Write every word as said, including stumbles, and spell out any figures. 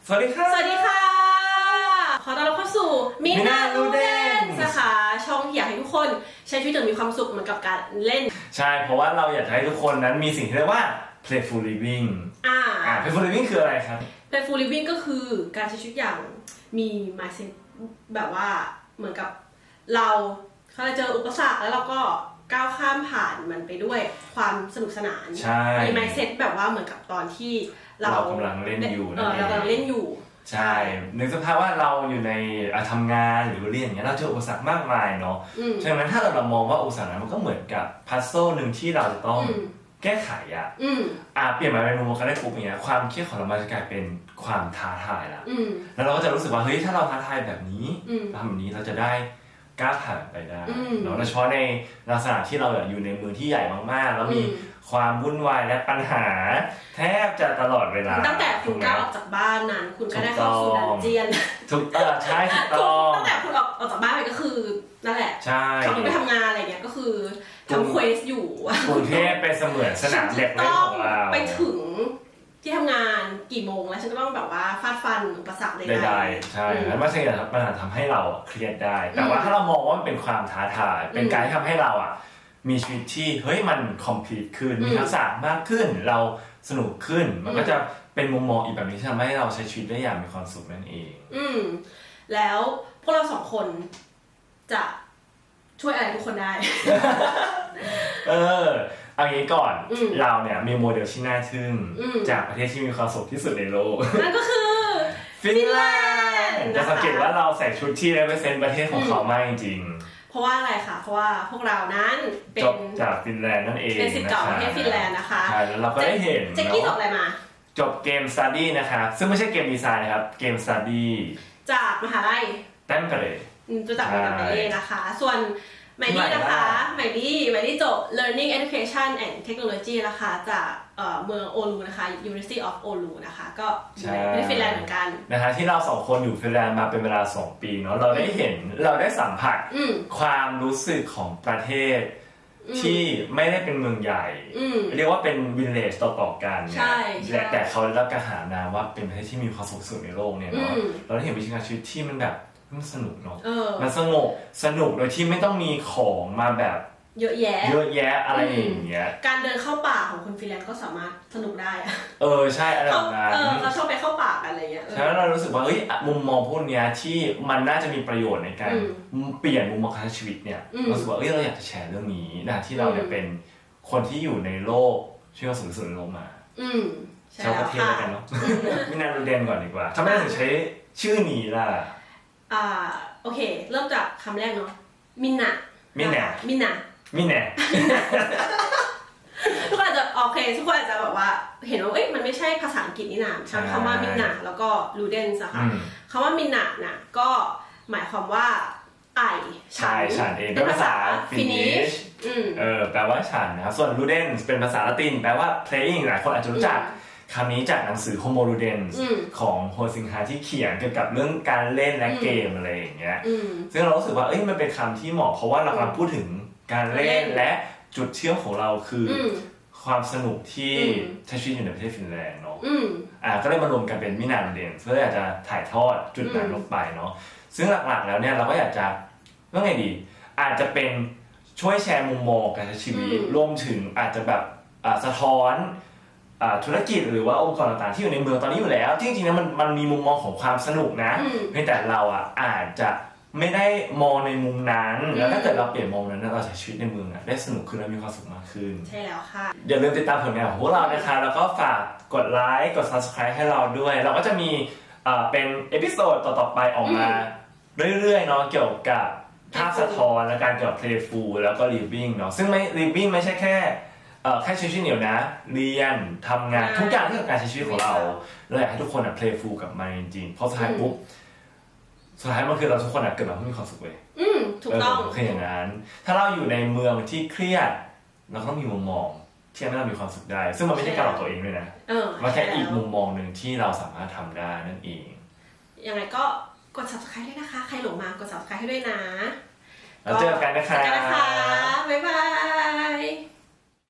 สวัสดีค่ะสวัสดีค่ะขอต้อนรับเข้าสู่มินาลูเดนนะคะช่องที่อยากให้ทุกคนใช้ชีวิตอย่างมีความสุขเหมือนกับการเล่นใช่เพราะว่าเราอยากให้ทุกคนนั้นมีสิ่งที่เรียกว่า playful living อ่าอ่า playful living คืออะไรครับ playful living ก็คือการใช้ชีวิตอย่างมี mindset แบบว่าเหมือนกับเราเขาจะเจออุปสรรคแล้วเราก็ก้าวข้ามผ่านมันไปด้วยความสนุกสนานมี mindset แบบว่าเหมือนกับตอนที่เราเรากำลังเล่นอยู่เออเรากำลังเล่นอยู่ใช่นึกสภาพว่าเราอยู่ในทำงานหรือเรียนอย่างเงี้ยเราเจออุปสรรคมากมายเนาะฉะนั้นถ้าเรามองว่าอุปสรรคนั้นมันก็เหมือนกับพัซเซิลหนึ่งที่เราจะต้องแก้ไขอ่ะอ่าเปลี่ยนมาเป็นมุมมองการได้ปุ๊บอย่างเงี้ยความเครียดของเรามันจะกลายเป็นความท้าทายละแล้วเราก็จะรู้สึกว่าเฮ้ยถ้าเราท้าทายแบบนี้ทำแบบนี้เราจะได้ก้าวผ่านไปได้เนาะโดยเฉพาะในลักษณะที่เราอยู่ในเมืองที่ใหญ่มากๆแล้วมีความวุ่นวายและปัญหาแทบจะตลอดเวลาตั้งแต่คุณก้าวออกจากบ้านนั้นคุณก็ได้เข้าสู่ดันเจียนถูกต้องใช่ถูกต้องตั้งแต่คุณออกออกจากบ้านไปก็คือนั่นแหละใช่ขับรถไปทำงานอะไรเงี้ยก็คือทำเควสอยู่กรุงเทพเป็นเสมือนสนามเด็กเล่นของเราไปถึงที่ทำงานกี่โมงแล้วฉันก็ต้องแบบว่าฟาดฟันอุปสรรคใดๆใช่แล้วมันจะมันทำให้เราเครียดได้แต่ว่าถ้าเรามองว่ามันเป็นความท้าทายเป็นการที่ทำให้เราอ่ะมีชีวิตที่เฮ้ยมันคอมพลีทขึ้นมีทักษะมากขึ้นเราสนุกขึ้นมันก็จะเป็นมุมมองอีกแบบนี้ที่ทำให้เราใช้ชีวิตได้อย่างมีความสุขนั่นเองอืมแล้วพวกเราสองคนจะช่วยอะไรทุกคนได้เออเอางี้ก่อนเราเนี่ยมีโมเดลที่น่าทึ่งจากประเทศที่มีความสุขที่สุดในโลกนั่นก็คือฟินแลนด์จะสังเกตว่าเราใส่ชุดที่ represent ประเทศของเขามากจริงเพราะว่าอะไรคะเพราะว่าพวกเรานั้นเป็นจบจากฟินแลนด์นั่นเองเป็นศิษย์เก่าประเทศฟินแลนด์นะคะใช่แล้วเราก็ได้เห็นเจ๊กี้จบอะไรมาจบเกมสตัดดี้นะครับซึ่งไม่ใช่เกมดีไซน์นะครับเกมสตัดดี้จากมหาลัยแต้มกันเลยจะจากมหาลัยนะคะส่วนไมลี่นะคะไมลี่ไมลี่จบ Learning Education and Technology นะคะจากเมืองโอลูนะคะ University of Oulu นะคะก็อยู่ในฟินแลนด์เหมือนกันนะฮะที่เราสองคนอยู่ฟินแลนด์มาเป็นเวลาสองปีเนาะเราได้เห็นเราได้สัมผัสความรู้สึกของประเทศที่ไม่ได้เป็นเมืองใหญ่เรียกว่าเป็นวิลเลจต่อๆกันเนี่ยแต่เขาได้รับการหานามว่าเป็นประเทศที่มีความสุขสุดในโลกเนี่ยเนาะเราได้เห็นวิธีการชีวิตที่มันแบบมันสนุกเนาะมันสงบสนุกโดยที่ไม่ต้องมีของมาแบบเยอะแยะเยอะแยะอะไรอย่างเงี้ยการเดินเข้าป่าของคนฟินแลนด์ก็สามารถสนุกได้เออใช่อะไรแบบนั้นเออเราชอบไปเข้าป่ากันอะไรเงี้ยใช่แล้วเรารู้สึกว่าเฮ้ยมุมมองพวกเนี้ยที่มันน่าจะมีประโยชน์ในการเปลี่ยนมุมมองการใช้ชีวิตเนี่ยรู้สึกว่าเอ้ยเราอยากจะแชร์เรื่องนี้นะที่เราเนี่ยเป็นคนที่อยู่ในโลกที่ว่าสูงสุดในโลกมาชาวประเทศแล้วกันเนาะมินาลูเดนก่อนดีกว่าทำไมถึงใช้ชื่อนี้ล่ะอ่าโอเคเริ่มจากคำแรกเนาะมินนะมินนะมินนะมินนะทุกคนอาจจะโอเคทุกคนอาจจะแบบว่าเห็นว่าเอ้ยมันไม่ใช่ภาษาอังกฤษนี่นะใช้คำว่ามินนะแล้วก็ลูเดนส์ค่ะคำว่ามินนะน่ะก็หมายความว่าไอฉันฉันเองเป็นภาษาฟินิชเออแปลว่าฉันนะครับส่วนลูเดนส์เป็นภาษาละตินแปลว่า playing หลายคนอาจจะรู้จักคำนี้จากหนังสือ Homo Ludens ของโฮซิงฮาที่เขียนเกี่ยวกับเรื่องการเล่นและเกมอะไรอย่างเงี้ยซึ่งเรารู้สึกว่าเอ้ยมันเป็นคำที่เหมาะเพราะว่าเรากำลังพูดถึงการเล่นและจุดเชื่อมของเราคือความสนุกที่ใช้ชีวิตอยู่ในประเทศฟินแลนด์เนาะอ่าก็เลยมารวมกันเป็นมินาลูเดนเพื่ออยากจะถ่ายทอดจุดนั้นลงไปเนาะซึ่งหลักๆแล้วเนี่ยเราก็อยากจะว่าไงดีอาจจะเป็นช่วยแชร์มุมมองการใช้ชีวิตรวมถึงอาจจะแบบสะท้อนธุรกิจหรือว่าองค์กรต่างๆที่อยู่ในเมืองตอนนี้อยู่แล้วจริงๆนะมันมันมีมุมมองของความสนุกนะเพียงแต่เราอ่ะอาจจะไม่ได้มองในมุมนั้นแล้วถ้าเกิดเราเปลี่ยนมองนั้นเราใช้ชีวิตในเมืองอ่ะได้สนุกขึ้นและมีความสุขมากขึ้นใช่แล้วค่ะอย่าลืมติดตามผลงานของพวกเรานะคะแล้วก็ฝากกดไลค์กด ซับสไครบ์ ให้เราด้วยเราก็จะมีเป็นเอพิโซดต่อๆไปออกมาเรื่อยๆเนาะเกี่ยวกับภาพสะท้อนและการเกี่ยวกับ playful แล้วก็ living เนาะซึ่งไม่ living ไม่ใช่แค่แค่ใช้ชีวิตเดียวนะเรียนทำงานทุกอย่างที่เกี่ยวกับการใช้ชีวิตของเราเราอยากให้ทุกคนอ่ะ playful กับมันจริงๆเพราะสุดท้ายปุ๊บสุดท้ายมันคือเราทุกคนอ่ะเกิดมาเพื่อมีความสุขเว้ยอืมถูกต้องคืออย่างนั้นถ้าเราอยู่ในเมืองที่เครียดเราต้องมีมุมมองที่ทำให้เรามีความสุขได้ซึ่งมันไม่ใช่การหลอกตัวเองด้วยนะมันแค่อีกมุมมองนึงที่เราสามารถทำได้นั่นเองยังไงก็กด ซับสไครบ์ ด้วยนะคะใครหลงมากด ซับสไครบ์ ให้ด้วยนะแล้วเจอกันนะคะบ๊ายบาย